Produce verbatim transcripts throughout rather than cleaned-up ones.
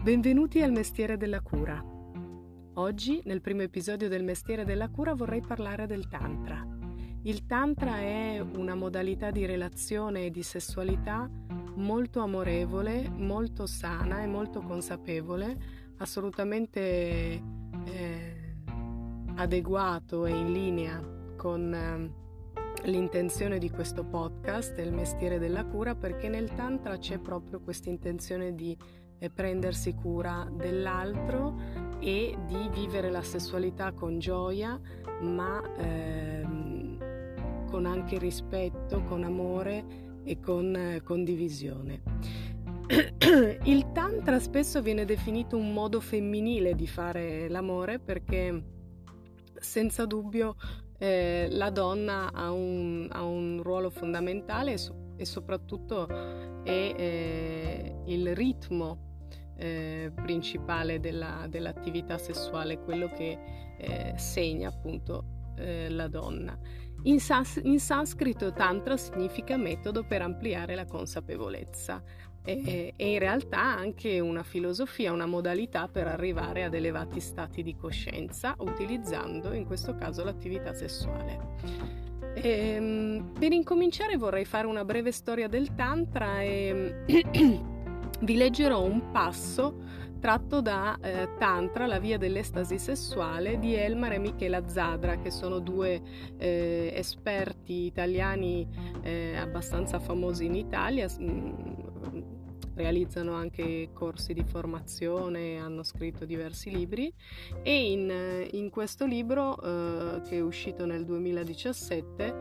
Benvenuti al Mestiere della Cura. Oggi, nel primo episodio del Mestiere della Cura, vorrei parlare del Tantra. Il Tantra è una modalità di relazione e di sessualità molto amorevole, molto sana e molto consapevole, assolutamente eh, adeguato e in linea con eh, l'intenzione di questo podcast, il Mestiere della Cura, perché nel Tantra c'è proprio questa intenzione di eh, prendersi cura dell'altro e di vivere la sessualità con gioia, ma ehm, con anche rispetto, con amore e con eh, condivisione. Il Tantra spesso viene definito un modo femminile di fare l'amore perché senza dubbio eh, la donna ha un, ha un ruolo fondamentale e, so, e soprattutto è eh, il ritmo eh, principale della, dell'attività sessuale, quello che eh, segna appunto eh, la donna. In, sans- in sanscrito Tantra significa metodo per ampliare la consapevolezza. E, e in realtà anche una filosofia, una modalità per arrivare ad elevati stati di coscienza utilizzando in questo caso l'attività sessuale. E, per incominciare vorrei fare una breve storia del Tantra e vi leggerò un passo tratto da eh, Tantra, la via dell'estasi sessuale di Elmar e Michela Zadra, che sono due eh, esperti italiani eh, abbastanza famosi in Italia. Realizzano anche corsi di formazione, hanno scritto diversi libri e in, in questo libro eh, che è uscito nel duemiladiciassette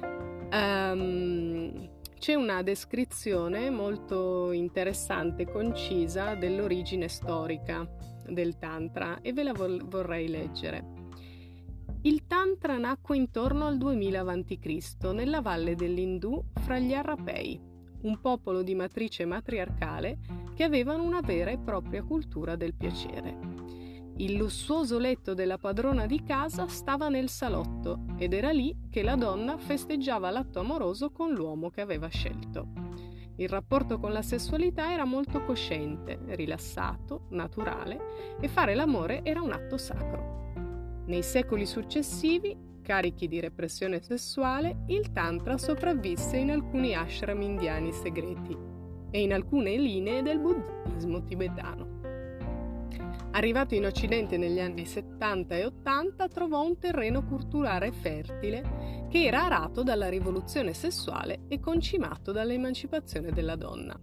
um, c'è una descrizione molto interessante e concisa dell'origine storica del Tantra e ve la vorrei leggere. Il Tantra nacque intorno al duemila avanti Cristo nella valle dell'Indù fra gli Arrapei, un popolo di matrice matriarcale che avevano una vera e propria cultura del piacere. Il lussuoso letto della padrona di casa stava nel salotto ed era lì che la donna festeggiava l'atto amoroso con l'uomo che aveva scelto. Il rapporto con la sessualità era molto cosciente, rilassato, naturale e fare l'amore era un atto sacro. Nei secoli successivi, carichi di repressione sessuale, il Tantra sopravvisse in alcuni ashram indiani segreti e in alcune linee del buddismo tibetano. Arrivato in Occidente negli anni settanta e ottanta, trovò un terreno culturale fertile che era arato dalla rivoluzione sessuale e concimato dall'emancipazione della donna.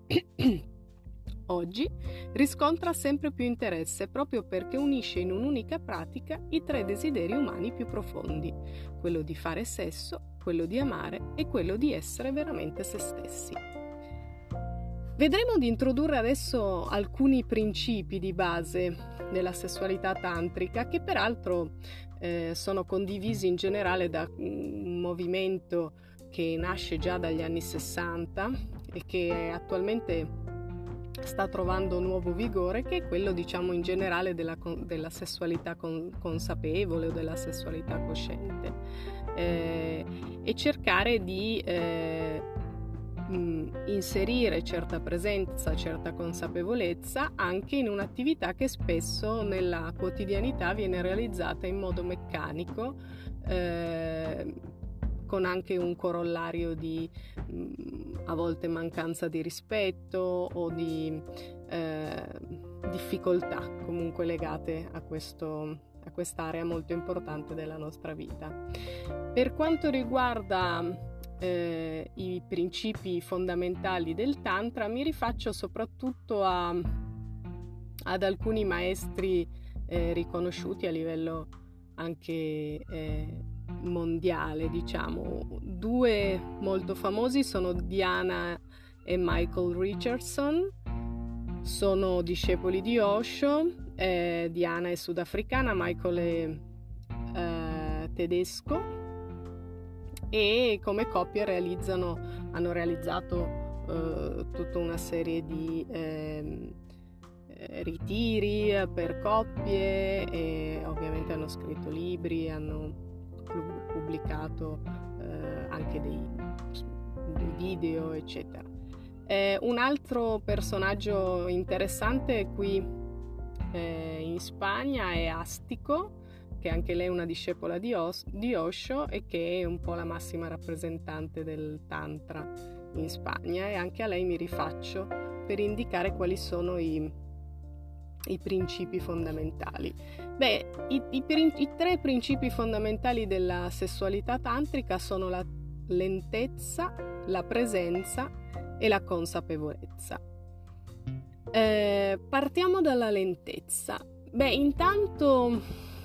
Oggi riscontra sempre più interesse proprio perché unisce in un'unica pratica i tre desideri umani più profondi, quello di fare sesso, quello di amare e quello di essere veramente se stessi. Vedremo di introdurre adesso alcuni principi di base della sessualità tantrica che peraltro eh, sono condivisi in generale da un movimento che nasce già dagli anni sessanta e che attualmente sta trovando nuovo vigore, che è quello diciamo in generale della, della sessualità con, consapevole o della sessualità cosciente eh, e cercare di eh, mh, inserire certa presenza, certa consapevolezza anche in un'attività che spesso nella quotidianità viene realizzata in modo meccanico eh, con anche un corollario di mh, a volte mancanza di rispetto o di eh, difficoltà comunque legate a questo a quest'area molto importante della nostra vita. Per quanto riguarda eh, i principi fondamentali del Tantra, mi rifaccio soprattutto a, ad alcuni maestri eh, riconosciuti a livello anche eh, mondiale, diciamo. Due molto famosi sono Diana e Michael Richardson, sono discepoli di Osho. eh, Diana è sudafricana, Michael è eh, tedesco e come coppia realizzano, hanno realizzato eh, tutta una serie di eh, ritiri per coppie e ovviamente hanno scritto libri, hanno pubblicato eh, anche dei, dei video eccetera. Eh, un altro personaggio interessante qui eh, in Spagna è Astico, che anche lei è una discepola di, Os- di Osho e che è un po' la massima rappresentante del Tantra in Spagna, e anche a lei mi rifaccio per indicare quali sono i, i principi fondamentali. Beh, i, i, i tre principi fondamentali della sessualità tantrica sono la lentezza, la presenza e la consapevolezza. Eh, partiamo dalla lentezza. Beh, intanto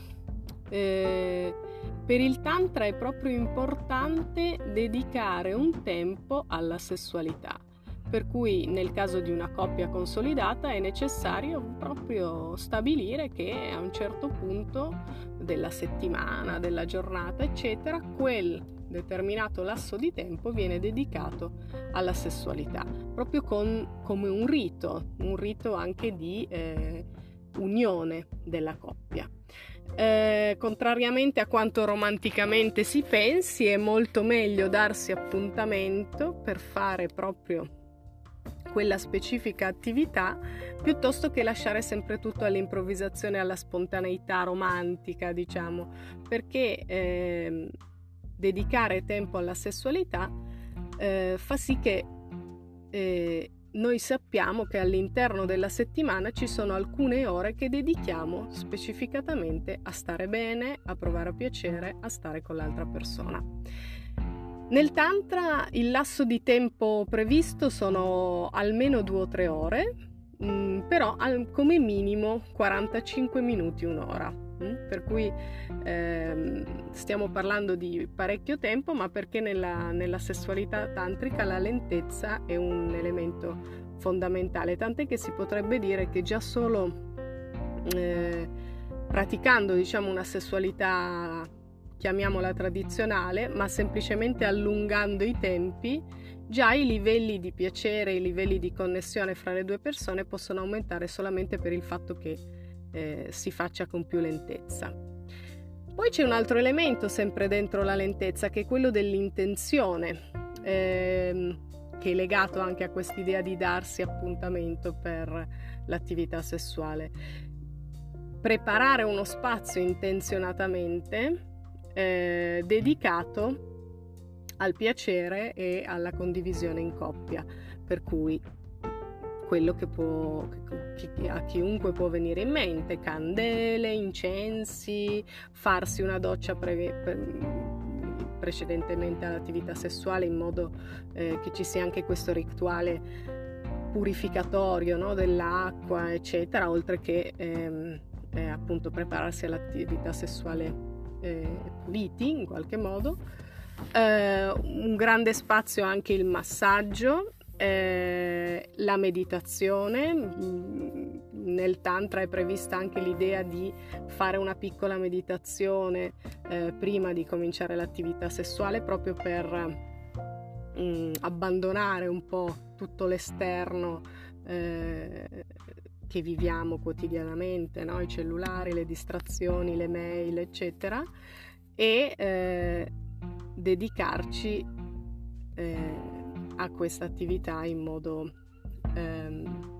eh, per il Tantra è proprio importante dedicare un tempo alla sessualità, per cui nel caso di una coppia consolidata è necessario proprio stabilire che a un certo punto della settimana, della giornata, eccetera, quel determinato lasso di tempo viene dedicato alla sessualità, proprio con, come un rito, un rito anche di eh, unione della coppia. Eh, contrariamente a quanto romanticamente si pensi, è molto meglio darsi appuntamento per fare proprio quella specifica attività piuttosto che lasciare sempre tutto all'improvvisazione, alla spontaneità romantica, diciamo, perché eh, dedicare tempo alla sessualità eh, fa sì che eh, noi sappiamo che all'interno della settimana ci sono alcune ore che dedichiamo specificatamente a stare bene, a provare piacere, a stare con l'altra persona. Nel Tantra il lasso di tempo previsto sono almeno due o tre ore, mh, però al, come minimo quarantacinque minuti, un'ora. Mh? Per cui ehm, stiamo parlando di parecchio tempo, ma perché nella, nella sessualità tantrica la lentezza è un elemento fondamentale, tant'è che si potrebbe dire che già solo eh, praticando, diciamo, una sessualità, chiamiamola tradizionale, ma semplicemente allungando i tempi, già i livelli di piacere, i livelli di connessione fra le due persone possono aumentare solamente per il fatto che eh, si faccia con più lentezza. Poi c'è un altro elemento sempre dentro la lentezza, che è quello dell'intenzione, ehm, che è legato anche a quest'idea di darsi appuntamento per l'attività sessuale. Preparare uno spazio intenzionatamente Eh, dedicato al piacere e alla condivisione in coppia, per cui quello che, può, che, che a chiunque può venire in mente: candele, incensi, farsi una doccia pre, pre, precedentemente all'attività sessuale, in modo eh, che ci sia anche questo rituale purificatorio, no, dell'acqua, eccetera, oltre che ehm, eh, appunto prepararsi all'attività sessuale Eh, puliti in qualche modo. Eh, un grande spazio anche il massaggio, eh, la meditazione. Nel Tantra è prevista anche l'idea di fare una piccola meditazione eh, prima di cominciare l'attività sessuale, proprio per mh, abbandonare un po' tutto l'esterno eh, che viviamo quotidianamente, no? I cellulari, le distrazioni, le mail, eccetera, e eh, dedicarci eh, a questa attività in modo ehm,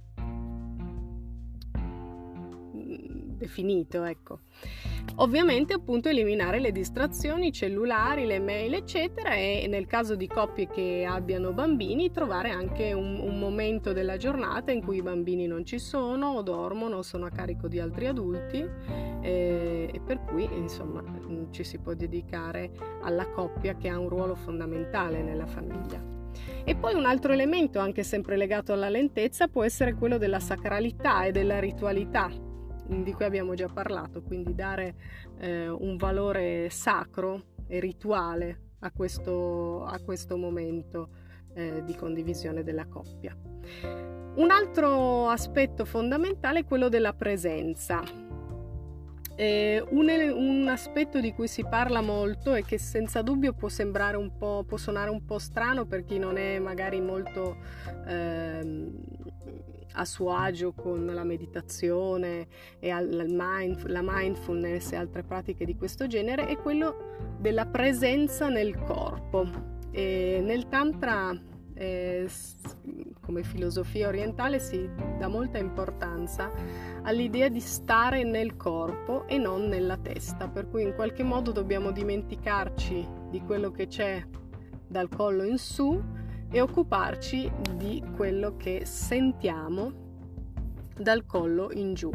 definito, ecco. Ovviamente appunto eliminare le distrazioni, i cellulari, le mail, eccetera, e nel caso di coppie che abbiano bambini trovare anche un, un momento della giornata in cui i bambini non ci sono o dormono o sono a carico di altri adulti, eh, e per cui insomma ci si può dedicare alla coppia, che ha un ruolo fondamentale nella famiglia. E poi un altro elemento, anche sempre legato alla lentezza, può essere quello della sacralità e della ritualità, di cui abbiamo già parlato, quindi dare eh, un valore sacro e rituale a questo, a questo momento eh, di condivisione della coppia. Un altro aspetto fondamentale è quello della presenza. Eh, un, un aspetto di cui si parla molto e che senza dubbio può sembrare un po', può suonare un po' strano per chi non è magari molto eh, a suo agio con la meditazione e al, mind, la mindfulness e altre pratiche di questo genere, è quello della presenza nel corpo. E nel Tantra eh, come filosofia orientale si dà molta importanza all'idea di stare nel corpo e non nella testa, per cui in qualche modo dobbiamo dimenticarci di quello che c'è dal collo in su e occuparci di quello che sentiamo dal collo in giù.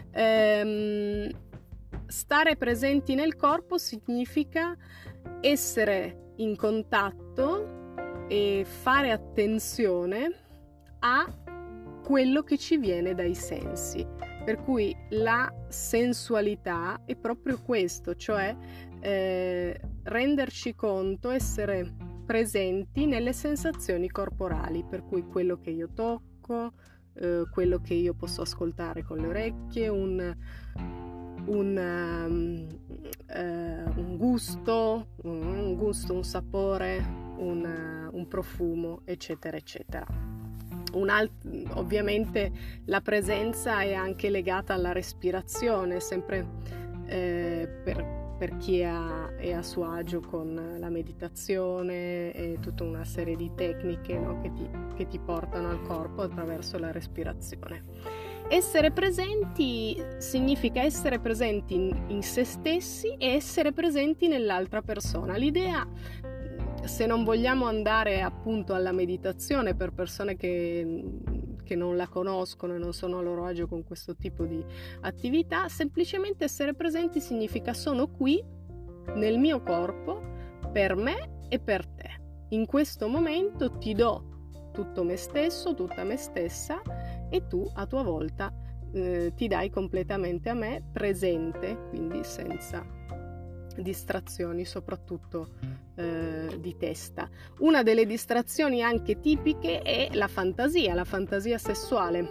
Ehm, stare presenti nel corpo significa essere in contatto e fare attenzione a quello che ci viene dai sensi, per cui la sensualità è proprio questo, cioè eh, renderci conto, essere presenti nelle sensazioni corporali, per cui quello che io tocco, eh, quello che io posso ascoltare con le orecchie, un, un, um, uh, un gusto, un gusto, un sapore, un, uh, un profumo, eccetera, eccetera. Un alt- ovviamente la presenza è anche legata alla respirazione, sempre eh, per per chi è a, è a suo agio con la meditazione e tutta una serie di tecniche, no, che, ti, che ti portano al corpo attraverso la respirazione. Essere presenti significa essere presenti in, in se stessi e essere presenti nell'altra persona. L'idea, se non vogliamo andare appunto alla meditazione per persone che che non la conoscono e non sono a loro agio con questo tipo di attività, semplicemente essere presenti significa sono qui nel mio corpo per me e per te. In questo momento ti do tutto me stesso, tutta me stessa, e tu a tua volta eh, ti dai completamente a me, presente, quindi senza distrazioni, soprattutto eh, di testa. Una delle distrazioni anche tipiche è la fantasia, la fantasia sessuale.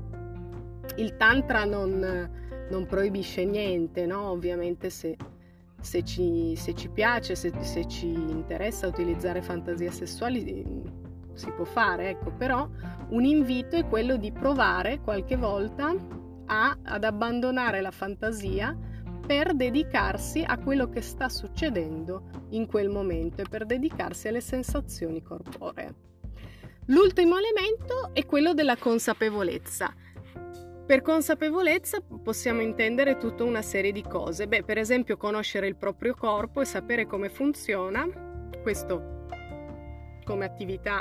Il tantra non, non proibisce niente, no? Ovviamente se, se, ci, se ci piace, se, se ci interessa utilizzare fantasie sessuali si può fare, ecco, però un invito è quello di provare qualche volta a, ad abbandonare la fantasia per dedicarsi a quello che sta succedendo in quel momento e per dedicarsi alle sensazioni corporee. L'ultimo elemento è quello della consapevolezza. Per consapevolezza possiamo intendere tutta una serie di cose. Beh, per esempio conoscere il proprio corpo e sapere come funziona, questo come attività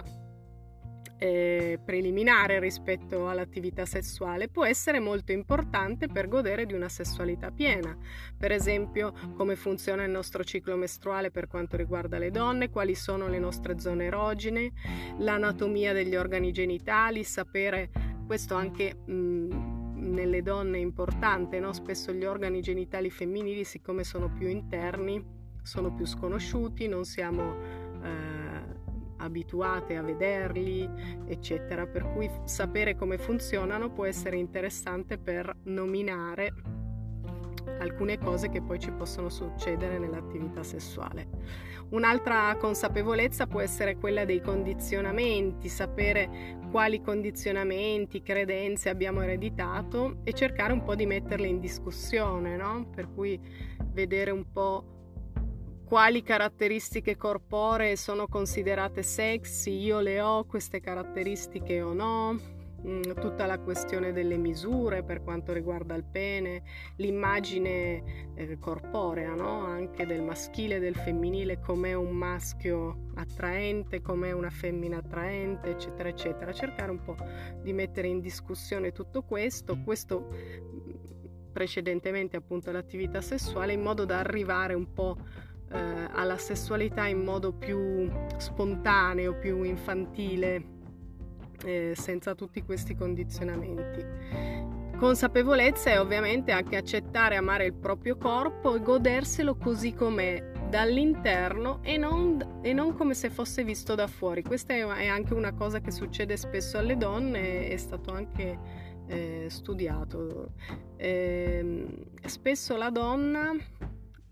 Eh, preliminare rispetto all'attività sessuale, può essere molto importante per godere di una sessualità piena. Per esempio, come funziona il nostro ciclo mestruale per quanto riguarda le donne, quali sono le nostre zone erogene, l'anatomia degli organi genitali, sapere questo anche mh, nelle donne è importante, no? Spesso gli organi genitali femminili, siccome sono più interni, sono più sconosciuti, non siamo eh, abituate a vederli, eccetera, per cui sapere come funzionano può essere interessante per nominare alcune cose che poi ci possono succedere nell'attività sessuale. Un'altra consapevolezza può essere quella dei condizionamenti, sapere quali condizionamenti, credenze abbiamo ereditato e cercare un po' di metterle in discussione, no? Per cui vedere un po' quali caratteristiche corporee sono considerate sexy, io le ho queste caratteristiche o no, tutta la questione delle misure per quanto riguarda il pene, l'immagine eh, corporea, no? Anche del maschile e del femminile, com'è un maschio attraente, com'è una femmina attraente, eccetera, eccetera. Cercare un po' di mettere in discussione tutto questo, questo precedentemente appunto all'attività sessuale, in modo da arrivare un po' alla sessualità in modo più spontaneo, più infantile, eh, senza tutti questi condizionamenti. Consapevolezza è ovviamente anche accettare e amare il proprio corpo e goderselo così com'è dall'interno e non, e non come se fosse visto da fuori. Questa è anche una cosa che succede spesso alle donne, è stato anche eh, studiato. Eh, spesso la donna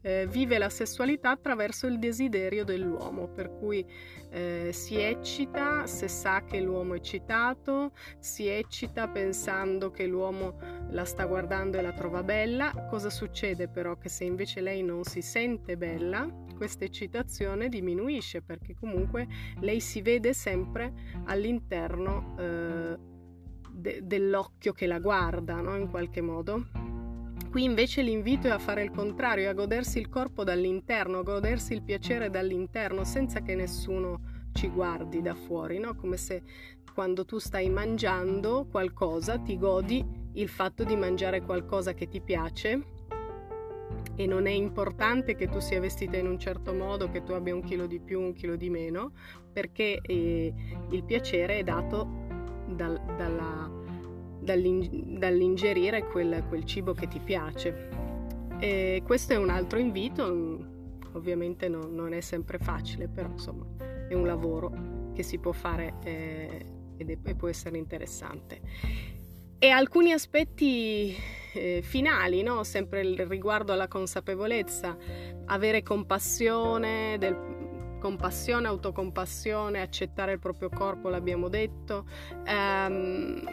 eh, vive la sessualità attraverso il desiderio dell'uomo, per cui eh, si eccita se sa che l'uomo è eccitato, si eccita pensando che l'uomo la sta guardando e la trova bella. Cosa succede però? Che se invece lei non si sente bella, questa eccitazione diminuisce, perché comunque lei si vede sempre all'interno eh, de- dell'occhio che la guarda, no? In qualche modo. Qui invece l'invito è a fare il contrario, a godersi il corpo dall'interno, a godersi il piacere dall'interno, senza che nessuno ci guardi da fuori, no? Come se quando tu stai mangiando qualcosa ti godi il fatto di mangiare qualcosa che ti piace, e non è importante che tu sia vestita in un certo modo, che tu abbia un chilo di più, un chilo di meno, perché eh, il piacere è dato dal, dalla... dall'ingerire quel, quel cibo che ti piace. E questo è un altro invito, ovviamente no, non è sempre facile, però insomma è un lavoro che si può fare eh, ed è, e può essere interessante. E alcuni aspetti eh, finali, no? Sempre riguardo alla consapevolezza: avere compassione del compassione, autocompassione, accettare il proprio corpo, l'abbiamo detto, ehm,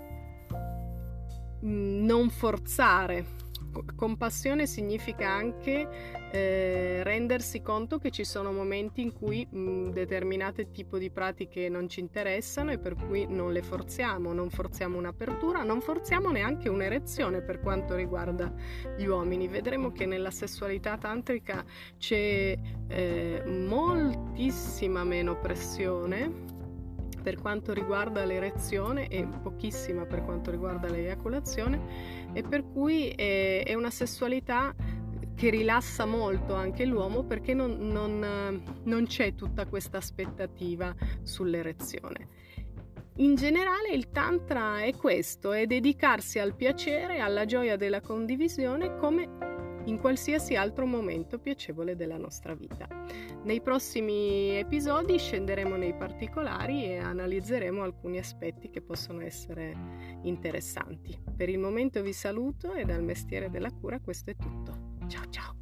non forzare. Compassione significa anche eh, rendersi conto che ci sono momenti in cui mh, determinate tipo di pratiche non ci interessano, e per cui non le forziamo, non forziamo un'apertura, non forziamo neanche un'erezione per quanto riguarda gli uomini. Vedremo che nella sessualità tantrica c'è eh, moltissima meno pressione per quanto riguarda l'erezione e pochissima per quanto riguarda l'eiaculazione, e per cui è, è una sessualità che rilassa molto anche l'uomo, perché non, non, non c'è tutta questa aspettativa sull'erezione. In generale il tantra è questo, è dedicarsi al piacere, alla gioia della condivisione, come in qualsiasi altro momento piacevole della nostra vita. Nei prossimi episodi scenderemo nei particolari e analizzeremo alcuni aspetti che possono essere interessanti. Per il momento vi saluto, e dal Mestiere della Cura questo è tutto. Ciao ciao!